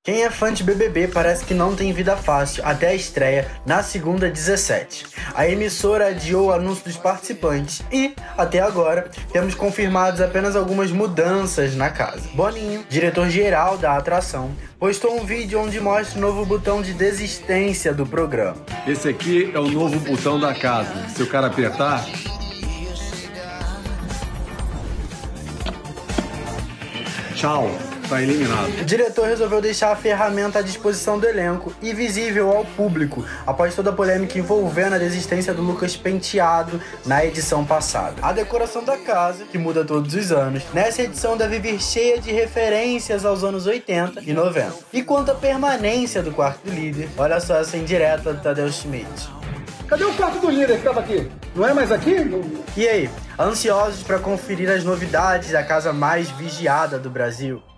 Quem é fã de BBB parece que não tem vida fácil até a estreia na segunda 17. A emissora adiou o anúncio dos participantes e, até agora, temos confirmados apenas algumas mudanças na casa. Boninho, diretor-geral da atração, postou um vídeo onde mostra o novo botão de desistência do programa. Esse aqui é o novo botão da casa. Se o cara apertar... Tchau. Tá eliminado. O diretor resolveu deixar a ferramenta à disposição do elenco e visível ao público, após toda a polêmica envolvendo a desistência do Lucas Penteado na edição passada. A decoração da casa, que muda todos os anos, nessa edição deve vir cheia de referências aos anos 80 e 90. E quanto à permanência do quarto do líder, olha só essa indireta do Tadeu Schmidt. Cadê o quarto do líder que estava aqui? Não é mais aqui? E aí, ansiosos para conferir as novidades da casa mais vigiada do Brasil?